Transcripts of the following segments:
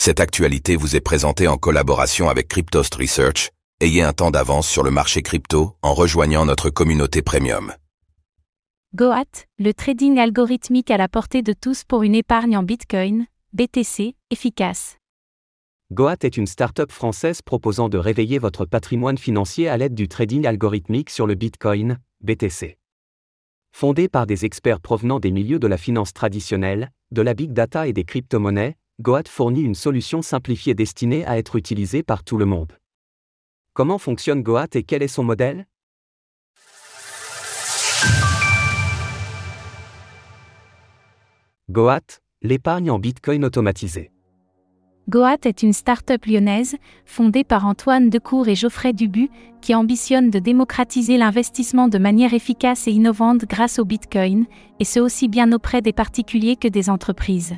Cette actualité vous est présentée en collaboration avec Cryptost Research. Ayez un temps d'avance sur le marché crypto en rejoignant notre communauté premium. Goat, le trading algorithmique à la portée de tous pour une épargne en Bitcoin, BTC, efficace. Goat est une start-up française proposant de réveiller votre patrimoine financier à l'aide du trading algorithmique sur le Bitcoin, BTC. Fondée par des experts provenant des milieux de la finance traditionnelle, de la big data et des crypto-monnaies, Goat fournit une solution simplifiée destinée à être utilisée par tout le monde. Comment fonctionne Goat et quel est son modèle ? Goat, l'épargne en Bitcoin automatisée. Goat est une start-up lyonnaise, fondée par Antoine Decour et Geoffrey Dubu, qui ambitionne de démocratiser l'investissement de manière efficace et innovante grâce au Bitcoin, et ce aussi bien auprès des particuliers que des entreprises.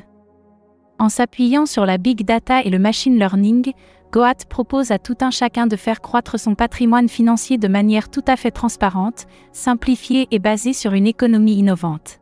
En s'appuyant sur la big data et le machine learning, Goat propose à tout un chacun de faire croître son patrimoine financier de manière tout à fait transparente, simplifiée et basée sur une économie innovante.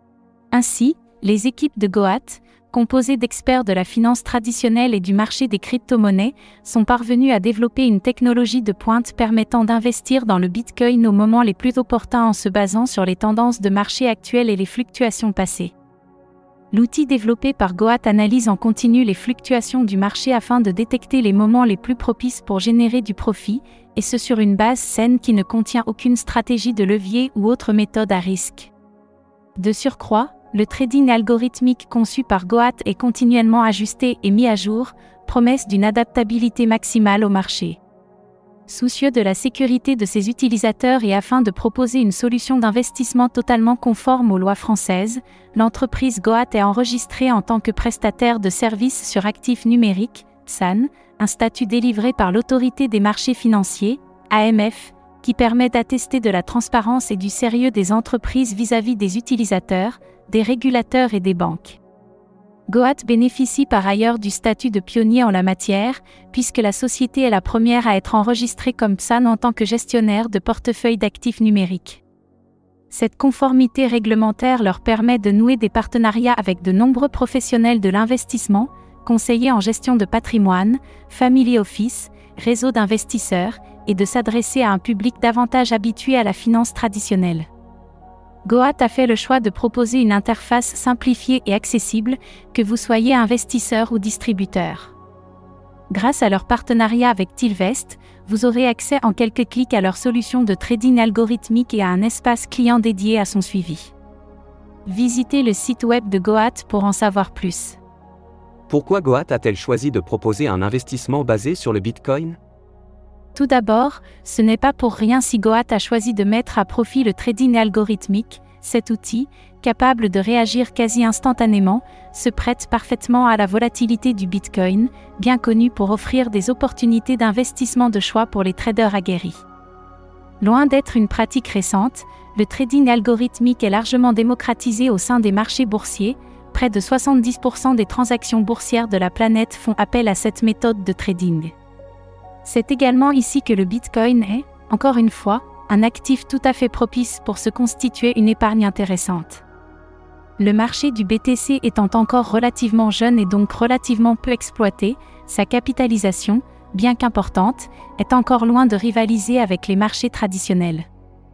Ainsi, les équipes de Goat, composées d'experts de la finance traditionnelle et du marché des crypto-monnaies, sont parvenues à développer une technologie de pointe permettant d'investir dans le Bitcoin au moment les plus opportuns en se basant sur les tendances de marché actuelles et les fluctuations passées. L'outil développé par Goat analyse en continu les fluctuations du marché afin de détecter les moments les plus propices pour générer du profit, et ce sur une base saine qui ne contient aucune stratégie de levier ou autre méthode à risque. De surcroît, le trading algorithmique conçu par Goat est continuellement ajusté et mis à jour, promesse d'une adaptabilité maximale au marché. Soucieux de la sécurité de ses utilisateurs et afin de proposer une solution d'investissement totalement conforme aux lois françaises, l'entreprise Goat est enregistrée en tant que prestataire de services sur actifs numériques, PSAN, un statut délivré par l'Autorité des marchés financiers, AMF, qui permet d'attester de la transparence et du sérieux des entreprises vis-à-vis des utilisateurs, des régulateurs et des banques. Goat bénéficie par ailleurs du statut de pionnier en la matière, puisque la société est la première à être enregistrée comme PSAN en tant que gestionnaire de portefeuille d'actifs numériques. Cette conformité réglementaire leur permet de nouer des partenariats avec de nombreux professionnels de l'investissement, conseillers en gestion de patrimoine, family office, réseaux d'investisseurs, et de s'adresser à un public davantage habitué à la finance traditionnelle. Goat a fait le choix de proposer une interface simplifiée et accessible, que vous soyez investisseur ou distributeur. Grâce à leur partenariat avec Tilvest, vous aurez accès en quelques clics à leur solution de trading algorithmique et à un espace client dédié à son suivi. Visitez le site web de Goat pour en savoir plus. Pourquoi Goat a-t-elle choisi de proposer un investissement basé sur le Bitcoin ? Tout d'abord, ce n'est pas pour rien si Goat a choisi de mettre à profit le trading algorithmique. Cet outil, capable de réagir quasi instantanément, se prête parfaitement à la volatilité du Bitcoin, bien connu pour offrir des opportunités d'investissement de choix pour les traders aguerris. Loin d'être une pratique récente, le trading algorithmique est largement démocratisé au sein des marchés boursiers. Près de 70% des transactions boursières de la planète font appel à cette méthode de trading. C'est également ici que le Bitcoin est, encore une fois, un actif tout à fait propice pour se constituer une épargne intéressante. Le marché du BTC étant encore relativement jeune et donc relativement peu exploité, sa capitalisation, bien qu'importante, est encore loin de rivaliser avec les marchés traditionnels.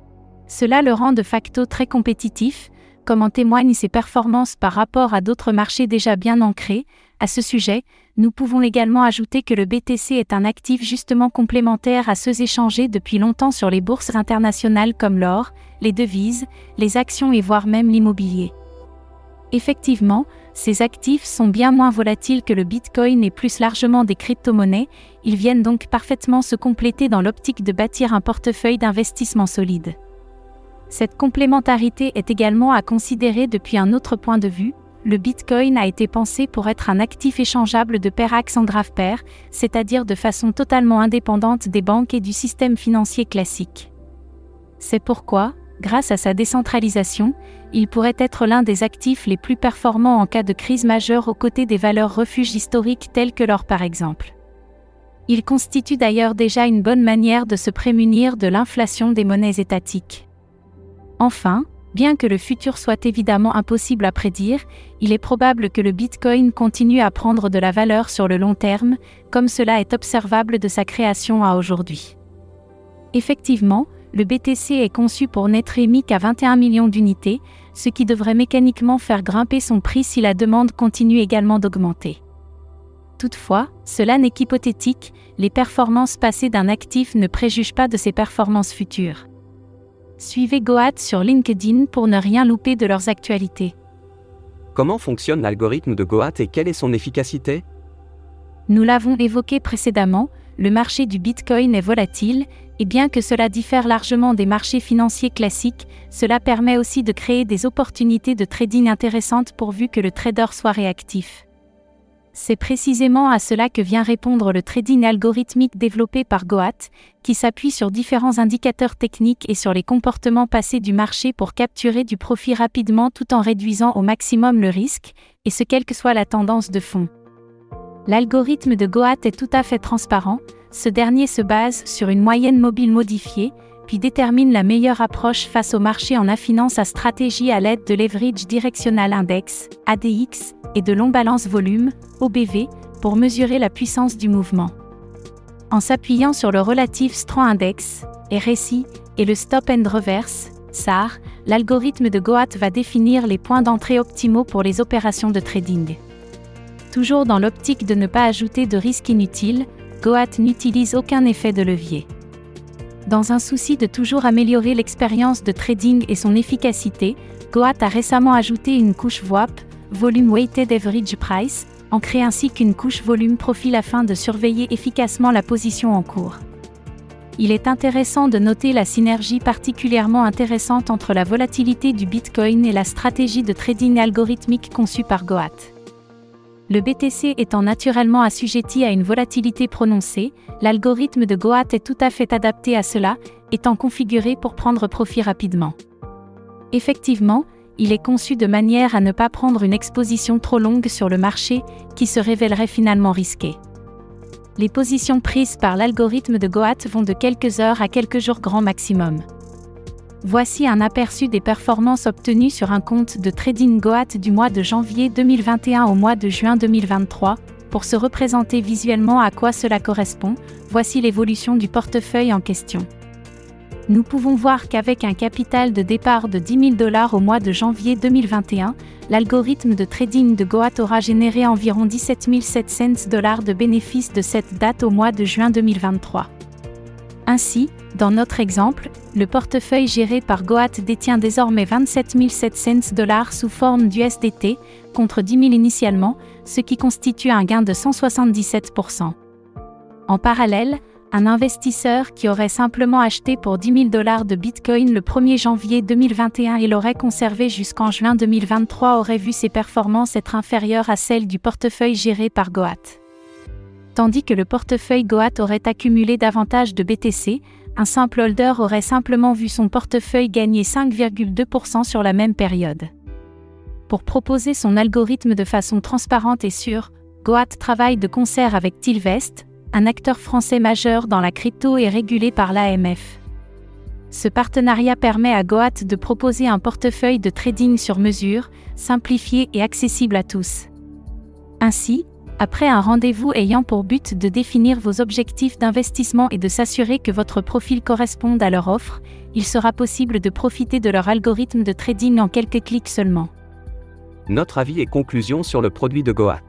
Cela le rend de facto très compétitif, comme en témoignent ses performances par rapport à d'autres marchés déjà bien ancrés. À ce sujet, nous pouvons également ajouter que le BTC est un actif justement complémentaire à ceux échangés depuis longtemps sur les bourses internationales comme l'or, les devises, les actions et voire même l'immobilier. Effectivement, ces actifs sont bien moins volatiles que le Bitcoin et plus largement des crypto-monnaies, ils viennent donc parfaitement se compléter dans l'optique de bâtir un portefeuille d'investissement solide. Cette complémentarité est également à considérer depuis un autre point de vue. Le Bitcoin a été pensé pour être un actif échangeable de pair en grave pair, c'est-à-dire de façon totalement indépendante des banques et du système financier classique. C'est pourquoi, grâce à sa décentralisation, il pourrait être l'un des actifs les plus performants en cas de crise majeure aux côtés des valeurs refuges historiques telles que l'or par exemple. Il constitue d'ailleurs déjà une bonne manière de se prémunir de l'inflation des monnaies étatiques. Enfin, Bien que le futur soit évidemment impossible à prédire, il est probable que le Bitcoin continue à prendre de la valeur sur le long terme, comme cela est observable de sa création à aujourd'hui. Effectivement, le BTC est conçu pour n'être émis qu'à 21 millions d'unités, ce qui devrait mécaniquement faire grimper son prix si la demande continue également d'augmenter. Toutefois, cela n'est qu'hypothétique, les performances passées d'un actif ne préjugent pas de ses performances futures. Suivez Goat sur LinkedIn pour ne rien louper de leurs actualités. Comment fonctionne l'algorithme de Goat et quelle est son efficacité ? Nous l'avons évoqué précédemment, le marché du Bitcoin est volatile, et bien que cela diffère largement des marchés financiers classiques, cela permet aussi de créer des opportunités de trading intéressantes pourvu que le trader soit réactif. C'est précisément à cela que vient répondre le trading algorithmique développé par Goat, qui s'appuie sur différents indicateurs techniques et sur les comportements passés du marché pour capturer du profit rapidement tout en réduisant au maximum le risque, et ce quelle que soit la tendance de fond. L'algorithme de Goat est tout à fait transparent, ce dernier se base sur une moyenne mobile modifiée, puis détermine la meilleure approche face au marché en affinant sa stratégie à l'aide de l'Average Directional Index, ADX, et de long balance volume, OBV, pour mesurer la puissance du mouvement. En s'appuyant sur le Relative Strong Index, RSI, et le Stop and Reverse, SAR, l'algorithme de Goat va définir les points d'entrée optimaux pour les opérations de trading. Toujours dans l'optique de ne pas ajouter de risques inutiles, Goat n'utilise aucun effet de levier. Dans un souci de toujours améliorer l'expérience de trading et son efficacité, Goat a récemment ajouté une couche VWAP, Volume Weighted Average Price, en crée ainsi qu'une couche volume profil afin de surveiller efficacement la position en cours. Il est intéressant de noter la synergie particulièrement intéressante entre la volatilité du Bitcoin et la stratégie de trading algorithmique conçue par Goat. Le BTC étant naturellement assujetti à une volatilité prononcée, l'algorithme de Goat est tout à fait adapté à cela, étant configuré pour prendre profit rapidement. Effectivement, il est conçu de manière à ne pas prendre une exposition trop longue sur le marché, qui se révélerait finalement risquée. Les positions prises par l'algorithme de Goat vont de quelques heures à quelques jours grand maximum. Voici un aperçu des performances obtenues sur un compte de trading Goat du mois de janvier 2021 au mois de juin 2023. Pour se représenter visuellement à quoi cela correspond, voici l'évolution du portefeuille en question. Nous pouvons voir qu'avec un capital de départ de $10 000 au mois de janvier 2021, l'algorithme de trading de Goat aura généré environ $17 700 de bénéfices de cette date au mois de juin 2023. Ainsi, dans notre exemple, le portefeuille géré par Goat détient désormais $27 700 sous forme d'USDT, contre 10 000 initialement, ce qui constitue un gain de 177%. En parallèle, un investisseur qui aurait simplement acheté pour $10 000 de Bitcoin le 1er janvier 2021 et l'aurait conservé jusqu'en juin 2023 aurait vu ses performances être inférieures à celles du portefeuille géré par Goat. Tandis que le portefeuille Goat aurait accumulé davantage de BTC, un simple holder aurait simplement vu son portefeuille gagner 5,2% sur la même période. Pour proposer son algorithme de façon transparente et sûre, Goat travaille de concert avec Tilvest, un acteur français majeur dans la crypto et régulé par l'AMF. Ce partenariat permet à Goat de proposer un portefeuille de trading sur mesure, simplifié et accessible à tous. Ainsi, après un rendez-vous ayant pour but de définir vos objectifs d'investissement et de s'assurer que votre profil corresponde à leur offre, il sera possible de profiter de leur algorithme de trading en quelques clics seulement. Notre avis et conclusion sur le produit de Goat.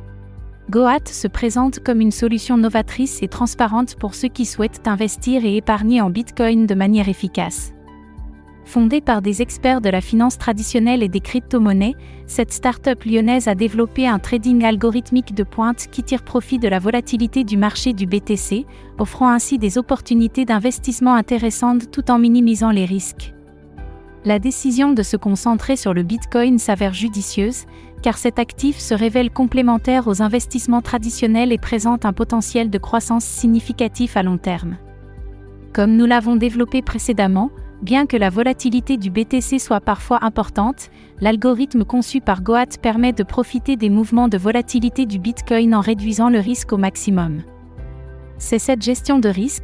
Goat se présente comme une solution novatrice et transparente pour ceux qui souhaitent investir et épargner en Bitcoin de manière efficace. Fondée par des experts de la finance traditionnelle et des crypto-monnaies, cette start-up lyonnaise a développé un trading algorithmique de pointe qui tire profit de la volatilité du marché du BTC, offrant ainsi des opportunités d'investissement intéressantes tout en minimisant les risques. La décision de se concentrer sur le Bitcoin s'avère judicieuse, car cet actif se révèle complémentaire aux investissements traditionnels et présente un potentiel de croissance significatif à long terme. Comme nous l'avons développé précédemment, bien que la volatilité du BTC soit parfois importante, l'algorithme conçu par Goat permet de profiter des mouvements de volatilité du Bitcoin en réduisant le risque au maximum. C'est cette gestion de risque,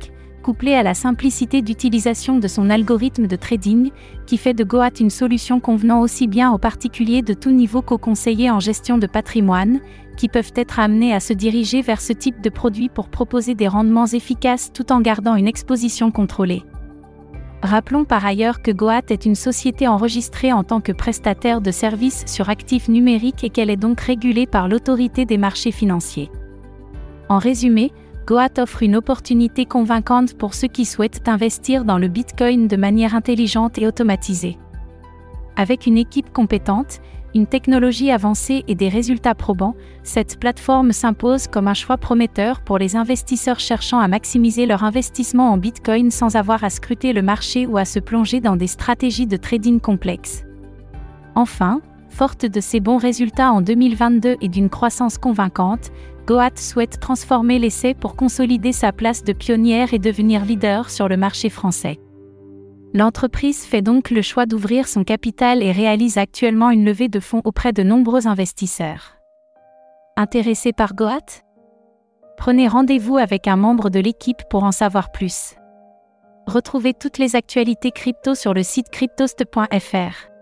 couplé à la simplicité d'utilisation de son algorithme de trading, qui fait de Goat une solution convenant aussi bien aux particuliers de tout niveau qu'aux conseillers en gestion de patrimoine, qui peuvent être amenés à se diriger vers ce type de produit pour proposer des rendements efficaces tout en gardant une exposition contrôlée. Rappelons par ailleurs que Goat est une société enregistrée en tant que prestataire de services sur actifs numériques et qu'elle est donc régulée par l'autorité des marchés financiers. En résumé, Goat offre une opportunité convaincante pour ceux qui souhaitent investir dans le Bitcoin de manière intelligente et automatisée. Avec une équipe compétente, une technologie avancée et des résultats probants, cette plateforme s'impose comme un choix prometteur pour les investisseurs cherchant à maximiser leur investissement en Bitcoin sans avoir à scruter le marché ou à se plonger dans des stratégies de trading complexes. Enfin, forte de ses bons résultats en 2022 et d'une croissance convaincante, Goat souhaite transformer l'essai pour consolider sa place de pionnière et devenir leader sur le marché français. L'entreprise fait donc le choix d'ouvrir son capital et réalise actuellement une levée de fonds auprès de nombreux investisseurs. Intéressé par Goat ? Prenez rendez-vous avec un membre de l'équipe pour en savoir plus. Retrouvez toutes les actualités crypto sur le site cryptost.fr.